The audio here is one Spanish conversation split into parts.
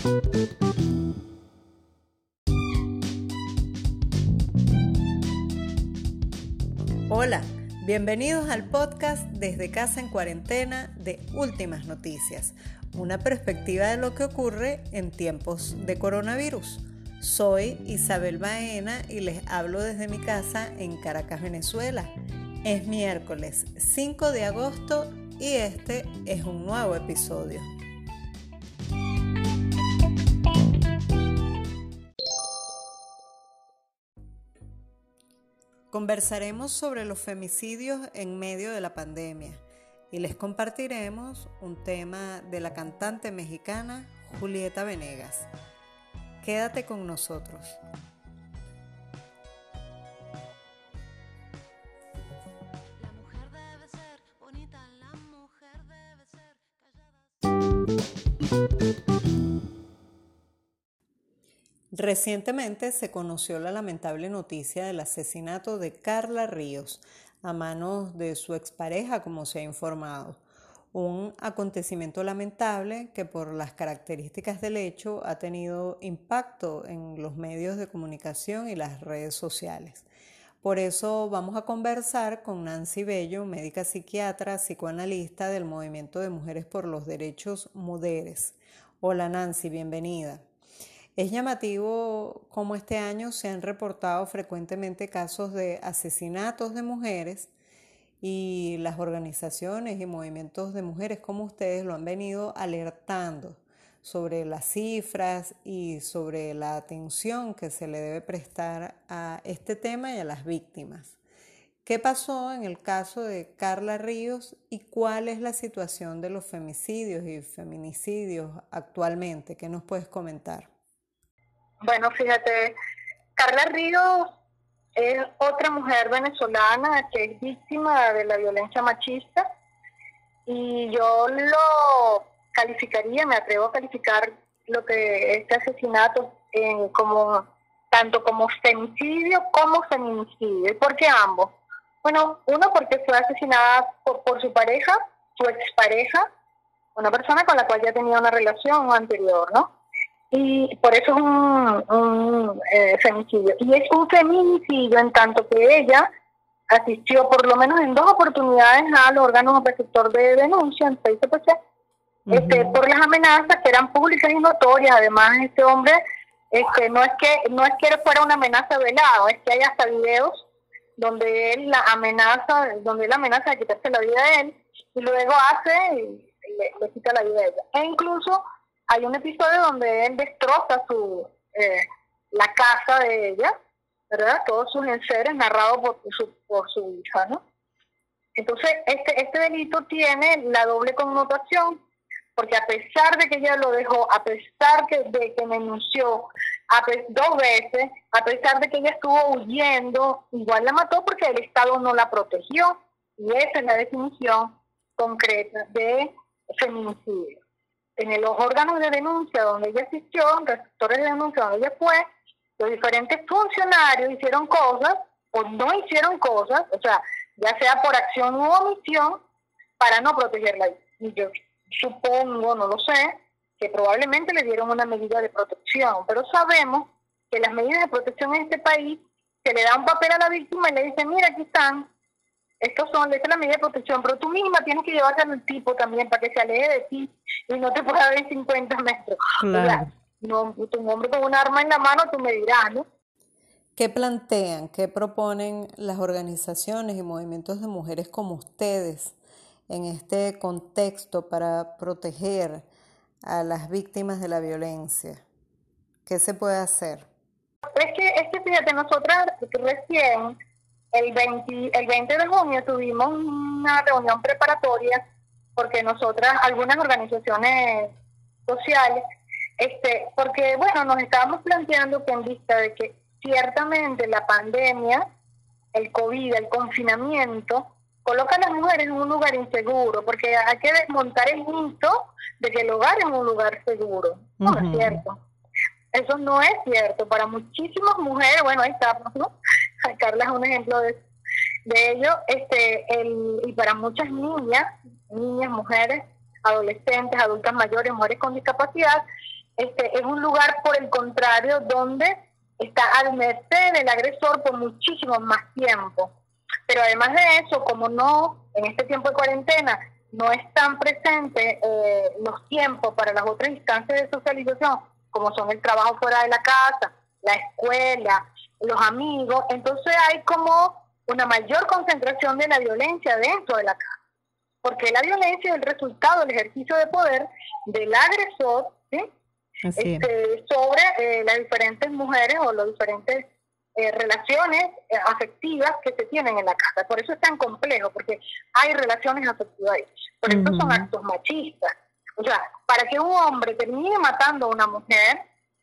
Hola, bienvenidos al podcast Desde Casa en Cuarentena de Últimas Noticias, una perspectiva de lo que ocurre en tiempos de coronavirus. Soy Isabel Baena y les hablo desde mi casa en Caracas, Venezuela. Es miércoles 5 de agosto y este es un nuevo episodio. Conversaremos sobre los femicidios en medio de la pandemia y les compartiremos un tema de la cantante mexicana Julieta Venegas. Quédate con nosotros. La mujer debe ser bonita, la mujer debe ser callada. Recientemente se conoció la lamentable noticia del asesinato de Carla Ríos a manos de su expareja, como se ha informado. Un acontecimiento lamentable que por las características del hecho ha tenido impacto en los medios de comunicación y las redes sociales. Por eso vamos a conversar con Nancy Bello, médica psiquiatra, psicoanalista del Movimiento de Mujeres por los Derechos Muderes. Hola Nancy, bienvenida. Es llamativo cómo este año se han reportado frecuentemente casos de asesinatos de mujeres y las organizaciones y movimientos de mujeres como ustedes lo han venido alertando sobre las cifras y sobre la atención que se le debe prestar a este tema y a las víctimas. ¿Qué pasó en el caso de Carla Ríos y cuál es la situación de los femicidios y feminicidios actualmente? ¿Qué nos puedes comentar? Bueno, fíjate, Carla Ríos es otra mujer venezolana que es víctima de la violencia machista y yo lo calificaría, me atrevo a calificar lo que este asesinato tanto como femicidio como feminicidio. ¿Y por qué ambos? Bueno, uno porque fue asesinada por su pareja, su expareja, una persona con la cual ya tenía una relación anterior, ¿no? Y por eso es un femicidio. Y es un feminicidio en tanto que ella asistió por lo menos en 2 oportunidades al órgano receptor de denuncia, en CPC, por las amenazas que eran públicas y notorias. Además, este hombre no es que fuera una amenaza velada, es que hay hasta videos donde él amenaza de quitarse la vida de él y luego le quita la vida de ella. E incluso hay un episodio donde él destroza la casa de ella, ¿verdad? Todos sus enseres narrados por su hija, ¿no? Entonces, este delito tiene la doble connotación, porque a pesar de que ella lo dejó, a pesar de que denunció 2 veces, a pesar de que ella estuvo huyendo, igual la mató porque el Estado no la protegió. Y esa es la definición concreta de feminicidio. En los órganos de denuncia donde ella asistió, receptores de denuncia donde ella fue, los diferentes funcionarios hicieron cosas o no hicieron cosas, o sea, ya sea por acción u omisión, para no protegerla. Y yo supongo, no lo sé, que probablemente le dieron una medida de protección, pero sabemos que las medidas de protección en este país se le da un papel a la víctima y le dicen, mira, aquí están, esta es la medida de protección, pero tú misma tienes que llevarse al tipo también para que se aleje de ti y no te pueda ver 50 metros. Claro. O sea, un hombre con un arma en la mano, tú me dirás, ¿no? ¿Qué plantean, qué proponen las organizaciones y movimientos de mujeres como ustedes en este contexto para proteger a las víctimas de la violencia? ¿Qué se puede hacer? Es que fíjate, nosotras recién, el 20 de junio, tuvimos una reunión preparatoria porque nosotras, algunas organizaciones sociales, porque bueno, nos estábamos planteando que en vista de que ciertamente la pandemia, el COVID, el confinamiento, coloca a las mujeres en un lugar inseguro, porque hay que desmontar el mito de que el hogar es un lugar seguro. No es cierto. Eso no es cierto. Para muchísimas mujeres, bueno, ahí estamos, ¿no? Carla es un ejemplo de ello, y para muchas niñas, mujeres, adolescentes, adultas mayores, mujeres con discapacidad, es un lugar, por el contrario, donde está al merced del agresor por muchísimo más tiempo. Pero además de eso, como no, en este tiempo de cuarentena, no están presentes los tiempos para las otras instancias de socialización, como son el trabajo fuera de la casa, la escuela, los amigos, entonces hay como una mayor concentración de la violencia dentro de la casa. Porque la violencia es el resultado del ejercicio de poder del agresor, ¿sí? Sobre las diferentes mujeres o las diferentes relaciones afectivas que se tienen en la casa. Por eso es tan complejo, porque hay relaciones afectivas ahí. Por eso son actos machistas. O sea, para que un hombre termine matando a una mujer,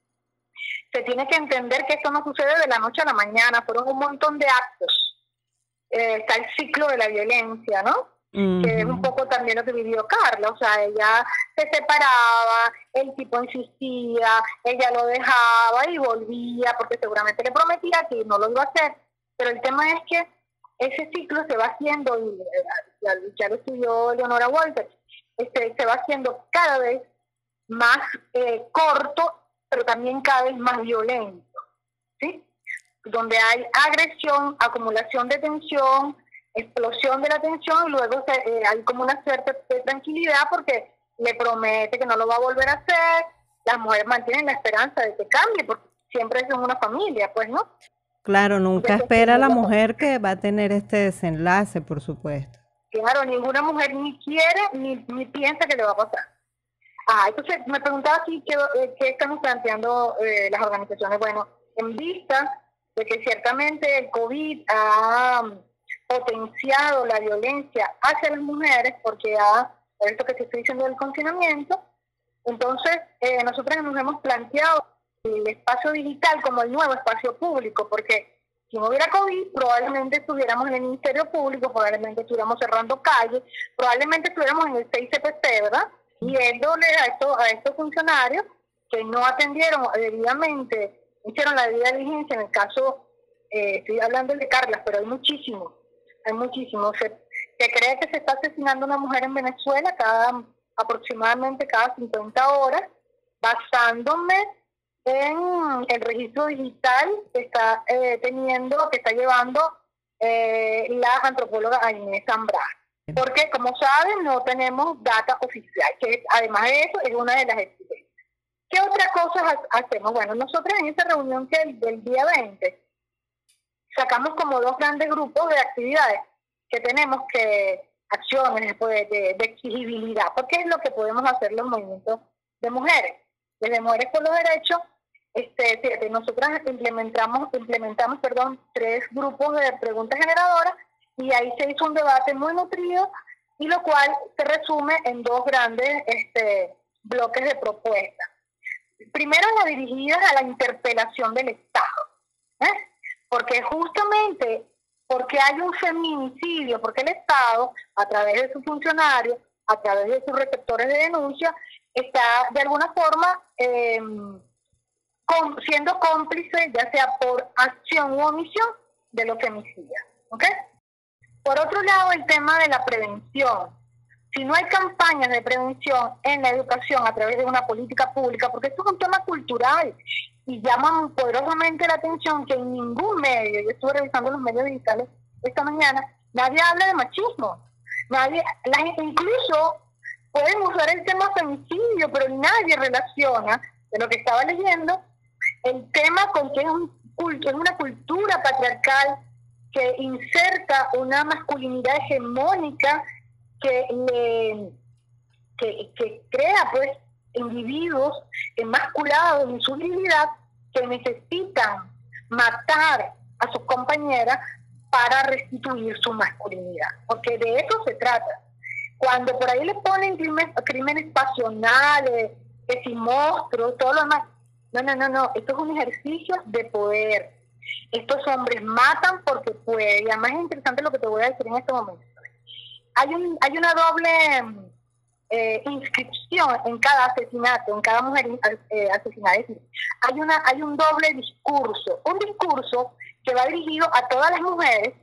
se tiene que entender que esto no sucede de la noche a la mañana, fueron un montón de actos. Está el ciclo de la violencia, ¿no? Que es un poco también lo que vivió Carla, o sea, ella se separaba, el tipo insistía, ella lo dejaba y volvía, porque seguramente le prometía que no lo iba a hacer, pero el tema es que ese ciclo se va haciendo, y ya lo estudió Leonora Walter, se va haciendo cada vez más corto, pero también cada vez más violento, ¿sí? Donde hay agresión, acumulación de tensión, explosión de la tensión, y luego hay como una cierta tranquilidad porque le promete que no lo va a volver a hacer. Las mujeres mantienen la esperanza de que cambie, porque siempre es una familia, pues, ¿no? Claro, nunca espera la mujer que va a tener este desenlace, por supuesto. Claro, ninguna mujer ni quiere ni piensa que le va a pasar. Entonces me preguntaba aquí qué estamos planteando las organizaciones. Bueno, en vista de que ciertamente el COVID ha potenciado la violencia hacia las mujeres, porque por esto que te estoy diciendo del confinamiento, entonces nosotros nos hemos planteado el espacio digital como el nuevo espacio público, porque si no hubiera COVID, probablemente estuviéramos en el Ministerio Público, probablemente estuviéramos cerrando calles, probablemente estuviéramos en el 6CPC, ¿verdad? Viéndole a estos funcionarios que no atendieron debidamente, hicieron la debida diligencia. En el caso, estoy hablando de Carla, pero hay muchísimos. Se cree que se está asesinando una mujer en Venezuela aproximadamente cada 50 horas, basándome en el registro digital que está llevando la antropóloga Inés Zambrano. Porque, como saben, no tenemos data oficial, que además de eso es una de las exigencias. ¿Qué otra cosa hacemos? Bueno, nosotros en esa reunión del día 20 sacamos como dos grandes grupos de actividades que tenemos acciones de exigibilidad, porque es lo que podemos hacer los movimientos de mujeres. Desde Mujeres por los Derechos, nosotras implementamos 3 grupos de preguntas generadoras, y ahí se hizo un debate muy nutrido, y lo cual se resume en 2 grandes bloques de propuestas. Primero, las dirigidas a la interpelación del Estado, porque justamente porque hay un feminicidio, porque el Estado, a través de sus funcionarios, a través de sus receptores de denuncia, está de alguna forma siendo cómplice, ya sea por acción u omisión, de los femicidios, ¿ok? Por otro lado, el tema de la prevención. Si no hay campañas de prevención en la educación a través de una política pública, porque esto es un tema cultural y llaman poderosamente la atención que en ningún medio, yo estuve revisando los medios digitales esta mañana, nadie habla de machismo. Incluso pueden usar el tema femicidio, pero nadie relaciona, de lo que estaba leyendo, el tema con que es una cultura patriarcal que inserta una masculinidad hegemónica que crea pues individuos emasculados en su dignidad que necesitan matar a sus compañeras para restituir su masculinidad, porque de eso se trata. Cuando por ahí le ponen crímenes pasionales, que si monstruos, todo lo demás, no, esto es un ejercicio de poder. Estos hombres matan porque pueden, y además es interesante lo que te voy a decir en este momento. Hay una doble inscripción en cada asesinato, en cada mujer asesinada. Es decir, hay un doble discurso, un discurso que va dirigido a todas las mujeres,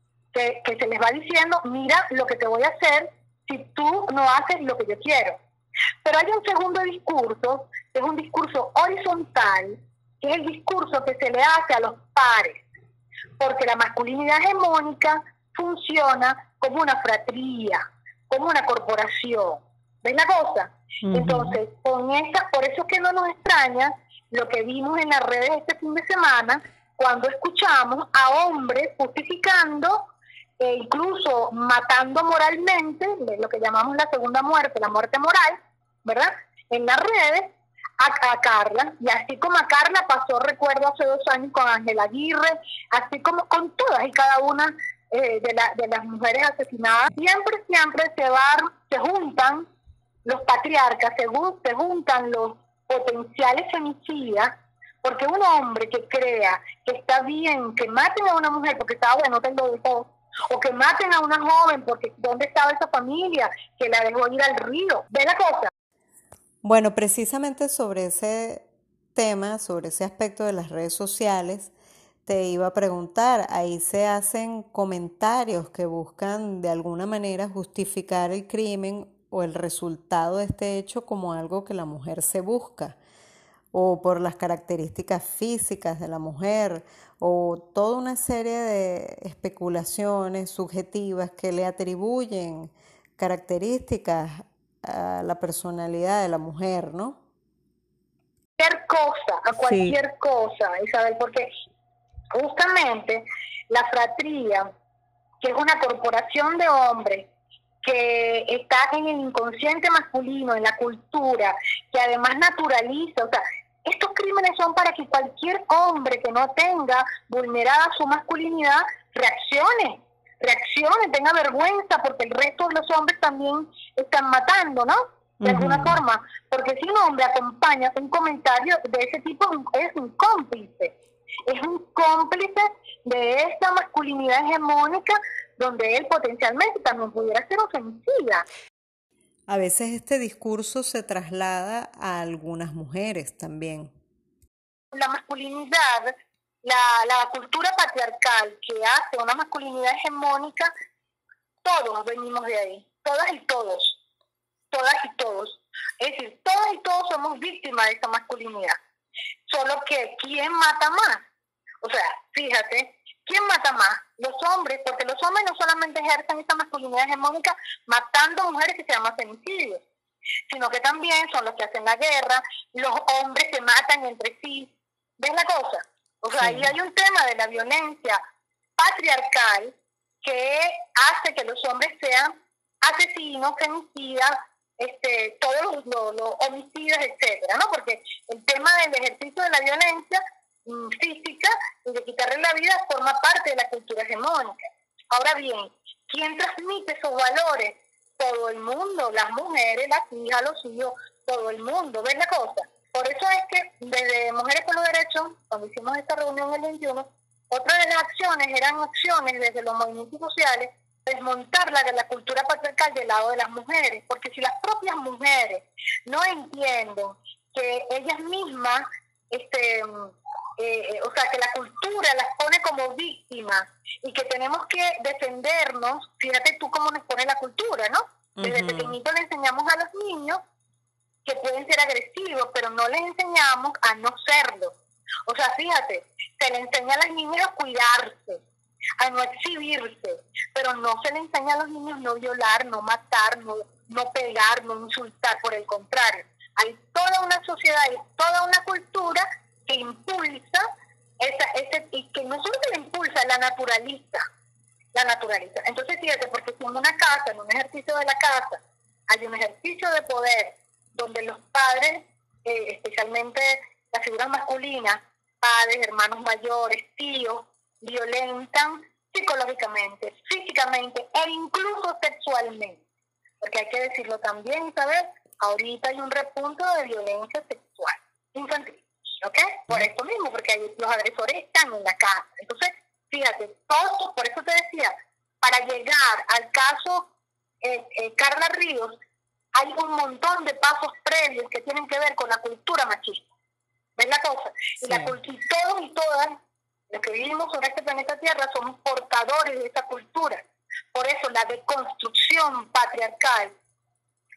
que se les va diciendo, mira lo que te voy a hacer si tú no haces lo que yo quiero. Pero hay un segundo discurso, que es un discurso horizontal, que es el discurso que se le hace a los pares, porque la masculinidad hegemónica funciona como una fratría, como una corporación. ¿Ves la cosa? Entonces, por eso es que no nos extraña lo que vimos en las redes este fin de semana, cuando escuchamos a hombres justificando e incluso matando moralmente, lo que llamamos la segunda muerte, la muerte moral, ¿verdad? En las redes, a Carla, y así como a Carla pasó, recuerdo, hace 2 años con Ángela Aguirre, así como con todas y cada una de las mujeres asesinadas, siempre se juntan los patriarcas, se juntan los potenciales femicidas, porque un hombre que crea que está bien que maten a una mujer porque estaba bueno, te lo dejó, o que maten a una joven porque ¿dónde estaba esa familia que la dejó ir al río? ¿Ve la cosa? Bueno, precisamente sobre ese tema, sobre ese aspecto de las redes sociales, te iba a preguntar, ahí se hacen comentarios que buscan de alguna manera justificar el crimen o el resultado de este hecho como algo que la mujer se busca, o por las características físicas de la mujer, o toda una serie de especulaciones subjetivas que le atribuyen características a la personalidad de la mujer, ¿no? A cualquier cosa, Isabel, porque justamente la fratría, que es una corporación de hombres que está en el inconsciente masculino, en la cultura, que además naturaliza, o sea, estos crímenes son para que cualquier hombre que no tenga vulnerada su masculinidad reaccione, tenga vergüenza, porque el resto de los hombres también están matando, ¿no? De alguna forma, porque si un hombre acompaña un comentario de ese tipo, es un cómplice de esta masculinidad hegemónica, donde él potencialmente también pudiera ser ofensiva. A veces este discurso se traslada a algunas mujeres también. La masculinidad, la cultura patriarcal que hace una masculinidad hegemónica, todos venimos de ahí, todas y todos. Es decir, todas y todos somos víctimas de esa masculinidad. Solo que, ¿quién mata más? O sea, fíjate, ¿quién mata más? Los hombres, porque los hombres no solamente ejercen esa masculinidad hegemónica matando mujeres que se llaman femicidios, sino que también son los que hacen la guerra, los hombres se matan entre sí. ¿Ves la cosa? O sea, ahí hay un tema de la violencia patriarcal que hace que los hombres sean asesinos, femicidas, todos los homicidas, etcétera, ¿no? Porque el tema del ejercicio de la violencia física y de quitarle la vida forma parte de la cultura hegemónica. Ahora bien, ¿quién transmite esos valores? Todo el mundo, las mujeres, las hijas, los hijos, todo el mundo. ¿Ves la cosa? Por eso es que desde Mujeres por los Derechos, cuando hicimos esta reunión el 21, otra de las acciones eran acciones desde los movimientos sociales, desmontar la cultura patriarcal del lado de las mujeres, porque si las propias mujeres no entienden que ellas mismas, o sea, que la cultura las pone como víctimas y que tenemos que defendernos, fíjate tú cómo nos pone la cultura, ¿no? Desde pequeñito le enseñamos a los niños que pueden ser agresivos, pero no les enseñamos a no serlo. O sea, fíjate, se le enseña a las niñas a cuidarse, a no exhibirse, pero no se le enseña a los niños no violar, no matar, no pegar, no insultar. Por el contrario, hay toda una sociedad y toda una cultura que impulsa y que no solo que la impulsa, la naturaliza. Entonces fíjate, porque si en una casa, en un ejercicio de la casa, hay un ejercicio de poder donde los padres, especialmente las figuras masculinas, padres, hermanos mayores, tíos, violentan psicológicamente, físicamente e incluso sexualmente. Porque hay que decirlo también, Isabel, ahorita hay un repunte de violencia sexual infantil, ¿ok? Por esto mismo, porque los agresores están en la casa. Entonces, fíjate, todo, por eso te decía, para llegar al caso Carla Ríos, hay un montón de pasos previos que tienen que ver con la cultura machista. ¿Ves la cosa? Sí. Y todos y todas los que vivimos sobre este planeta Tierra somos portadores de esa cultura. Por eso la deconstrucción patriarcal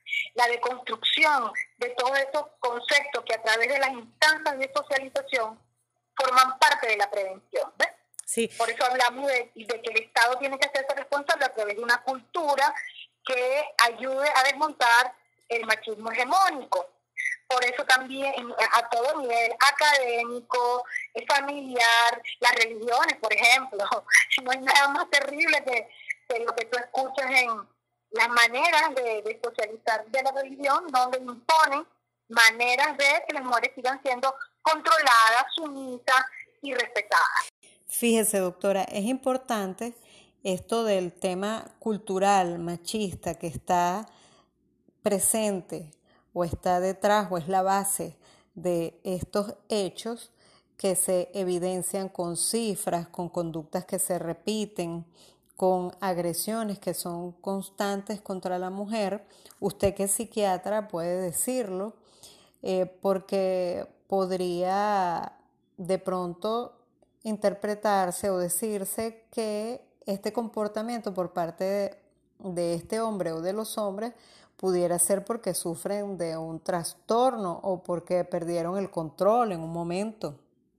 la deconstrucción de todos esos conceptos que a través de las instancias de socialización forman parte de la prevención, ¿ves? Sí. Por eso hablamos de que el Estado tiene que hacerse responsable a través de una cultura que ayude a desmontar el machismo hegemónico. Por eso también a todo nivel, académico, familiar, las religiones, por ejemplo. No hay nada más terrible que lo que tú escuchas en las maneras de socializar de la religión, donde imponen maneras de que las mujeres sigan siendo controladas, sumisas y respetadas. Fíjese, doctora, es importante esto del tema cultural machista que está presente o está detrás o es la base de estos hechos que se evidencian con cifras, con conductas que se repiten, con agresiones que son constantes contra la mujer. Usted que es psiquiatra puede decirlo, porque podría de pronto interpretarse o decirse que este comportamiento por parte de este hombre o de los hombres pudiera ser porque sufren de un trastorno o porque perdieron el control en un momento.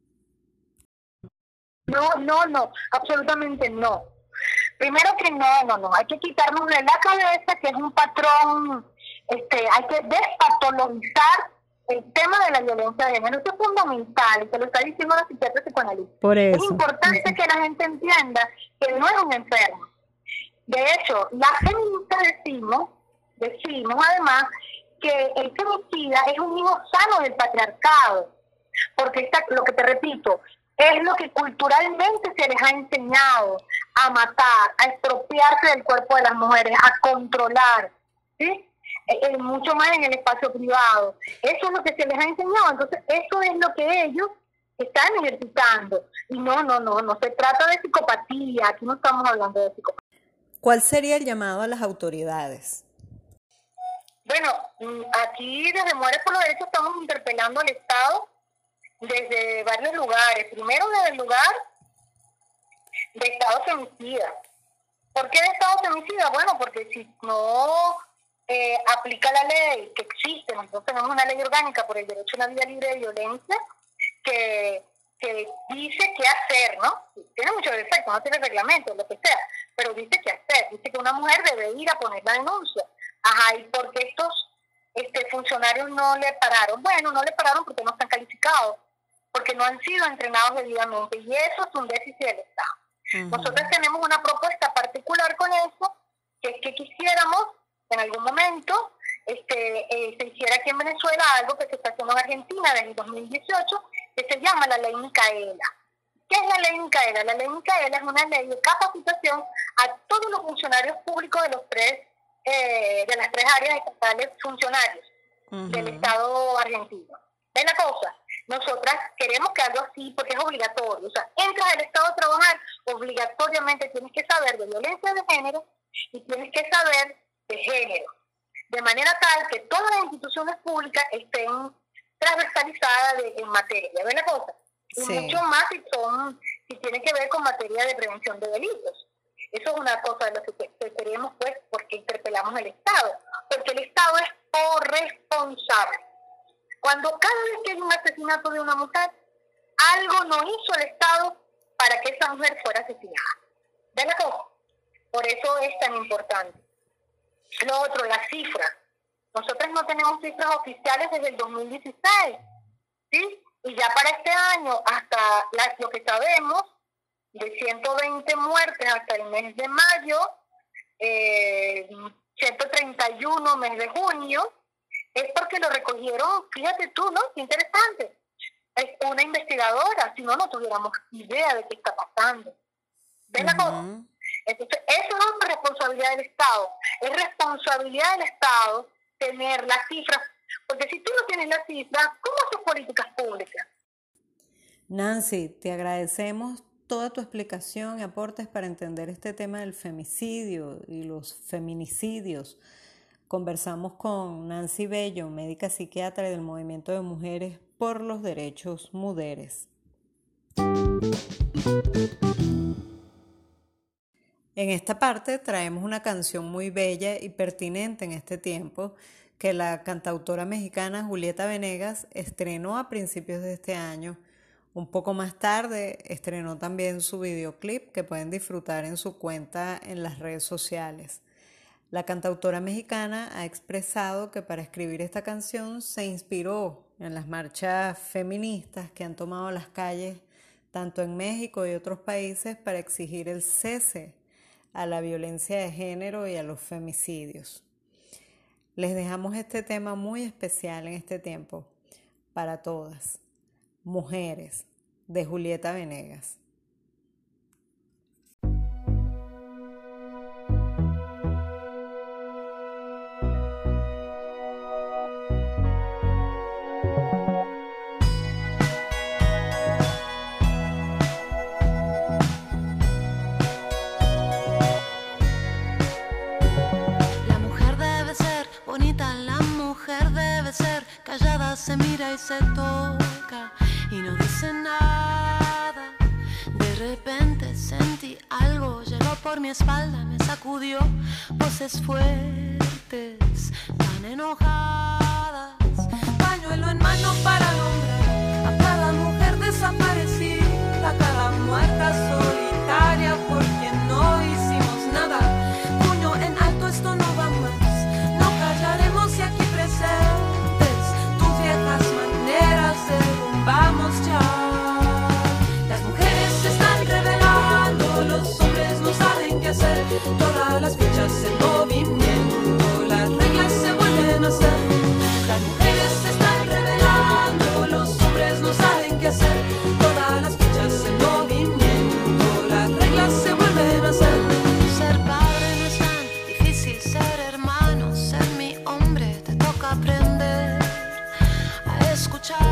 No, absolutamente no. Primero que no, hay que quitarnos de la cabeza que es un patrón, hay que despatologizar el tema de la violencia de género. Esto es fundamental, y te lo está diciendo la psiquiatra psicoanalista. Por eso. Es importante que la gente entienda que no es un enfermo. De hecho, las feministas decimos además que el femicida es un hijo sano del patriarcado, porque lo que te repito, es lo que culturalmente se les ha enseñado a matar, a expropiarse del cuerpo de las mujeres, a controlar, ¿sí? Mucho más en el espacio privado. Eso es lo que se les ha enseñado, entonces eso es lo que ellos están ejercitando. Y no se trata de psicopatía, aquí no estamos hablando de psicopatía. ¿Cuál sería el llamado a las autoridades? Bueno, aquí desde Mujeres por los Derechos estamos interpelando al Estado desde varios lugares. Primero desde el lugar de Estado femicida. ¿Por qué de Estado femicida? Bueno, porque si no aplica la ley que existe, nosotros tenemos una ley orgánica por el derecho a una vida libre de violencia que dice qué hacer, ¿no? Tiene muchos defectos, no tiene reglamento, lo que sea, pero dice qué hacer, dice que una mujer debe ir a poner la denuncia. Ajá, ¿y por qué estos funcionarios no le pararon? Bueno, no le pararon porque no están calificados, porque no han sido entrenados debidamente, y eso es un déficit del Estado. Uh-huh. Nosotros tenemos una propuesta particular con eso, que es que quisiéramos en algún momento se hiciera aquí en Venezuela algo que se está haciendo en Argentina desde el 2018, que se llama la Ley Micaela. ¿Qué es la Ley Micaela? La Ley Micaela es una ley de capacitación a todos los funcionarios públicos de las tres áreas estatales funcionarios uh-huh. del Estado argentino. ¿Ven la cosa? Nosotras queremos que algo así, porque es obligatorio. O sea, entras al Estado a trabajar, obligatoriamente tienes que saber de violencia de género y tienes que saber de género. De manera tal que todas las instituciones públicas estén transversalizadas en materia. ¿Ven la cosa? Y sí. Mucho más si tiene que ver con materia de prevención de delitos. Eso es una cosa de lo que queremos, pues, porque interpelamos al Estado. Porque el Estado es corresponsable. Cuando cada vez que hay un asesinato de una mujer, algo no hizo el Estado para que esa mujer fuera asesinada. ¿Ven la cosa? Por eso es tan importante. Lo otro, las cifras. Nosotros no tenemos cifras oficiales desde el 2016, ¿sí? Y ya para este año, hasta lo que sabemos, de 120 muertes hasta el mes de mayo, 131 mes de junio, es porque lo recogieron, fíjate tú, ¿no? Qué interesante. Es una investigadora, si no, no tuviéramos idea de qué está pasando. ¿Ven la cosa? Entonces, eso no es responsabilidad del Estado. Es responsabilidad del Estado tener las cifras, porque si tú no tienes las cifras, ¿cómo haces políticas públicas? Nancy, te agradecemos toda tu explicación y aportes para entender este tema del femicidio y los feminicidios. Conversamos con Nancy Bello, médica psiquiatra del Movimiento de Mujeres por los Derechos Muderes. En esta parte traemos una canción muy bella y pertinente en este tiempo que la cantautora mexicana Julieta Venegas estrenó a principios de este año. Un poco más tarde estrenó también su videoclip que pueden disfrutar en su cuenta en las redes sociales. La cantautora mexicana ha expresado que para escribir esta canción se inspiró en las marchas feministas que han tomado las calles tanto en México y otros países para exigir el cese a la violencia de género y a los femicidios. Les dejamos este tema muy especial en este tiempo para todas. Mujeres, de Julieta Venegas. La mujer debe ser bonita, la mujer debe ser callada, se mira y se toca y no dice nada. De repente sentí algo, llegó por mi espalda, me sacudió, voces fuertes, tan enojadas. Pañuelo en mano para nombrar a cada mujer desaparecida, a cada muerta solitaria por quien no hicimos nada. Puño en alto, esto no va más, no callaremos y aquí presentes tus viejas maneras, derrumbamos ya. Las mujeres se están revelando, los hombres no saben qué hacer, todas las fichas en movimiento, las reglas se vuelven a hacer. Las mujeres se están revelando, los hombres no saben qué hacer, todas las fichas en movimiento, las reglas se vuelven a hacer. Ser padre no es tan difícil, ser hermano, ser mi hombre, te toca aprender a escucharnos.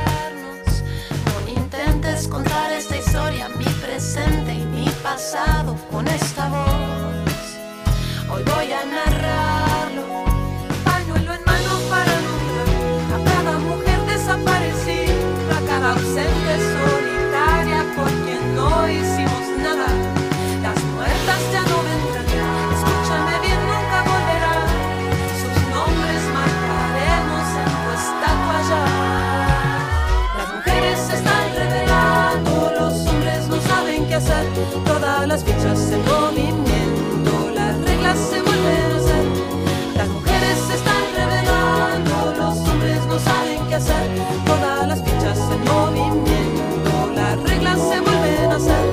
No intentes contar esta historia, mi presente y mi pasado con esta voz. Hoy voy a narrarlo. Pañuelo en mano para nombrar a cada mujer desaparecida, a cada ausente solitaria por quien no hicimos nada. Las muertas ya no vendrán, escúchame bien, nunca volverán. Sus nombres marcaremos en tu estatua ya. Las mujeres se están revelando, los hombres no saben qué hacer, todas las fichas en movimiento, las reglas se vuelven a hacer. Las mujeres se están revelando, los hombres no saben qué hacer, todas las fichas en movimiento, las reglas se vuelven a hacer.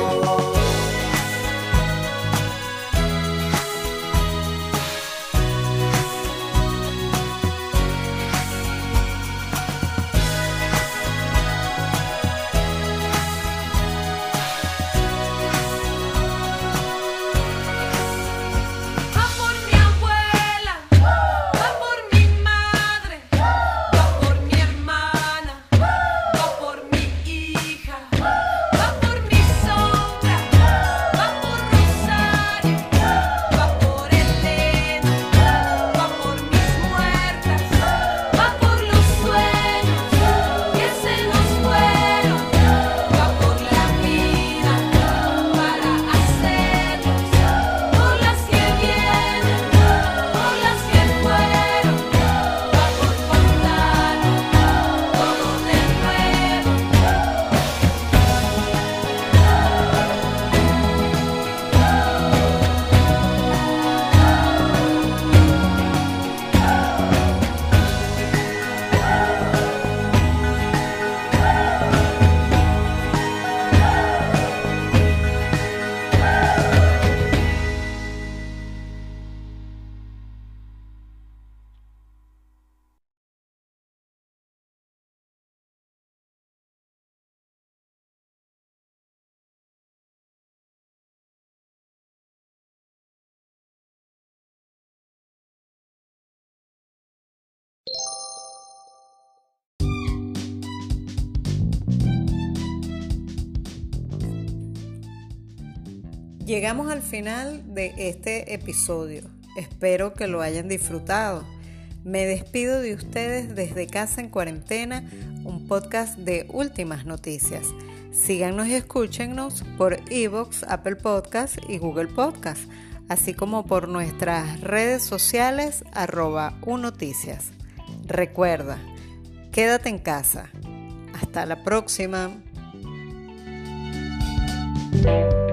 Va por mi abuela, va por mi madre, va por mi hermana, va por mi hija, va por mi sombra, va por Rosario, va por Elena, va por mis muertas, va por los sueños que se nos fueron, va por la vida para hacerlos, por las que vienen, por las que fueron, va por contar todo de nuevo. Llegamos al final de este episodio. Espero que lo hayan disfrutado. Me despido de ustedes desde Casa en Cuarentena, un podcast de últimas noticias. Síganos y escúchenos por iVoox, Apple Podcast y Google Podcast, así como por nuestras redes sociales @unoticias. Recuerda, quédate en casa. Hasta la próxima.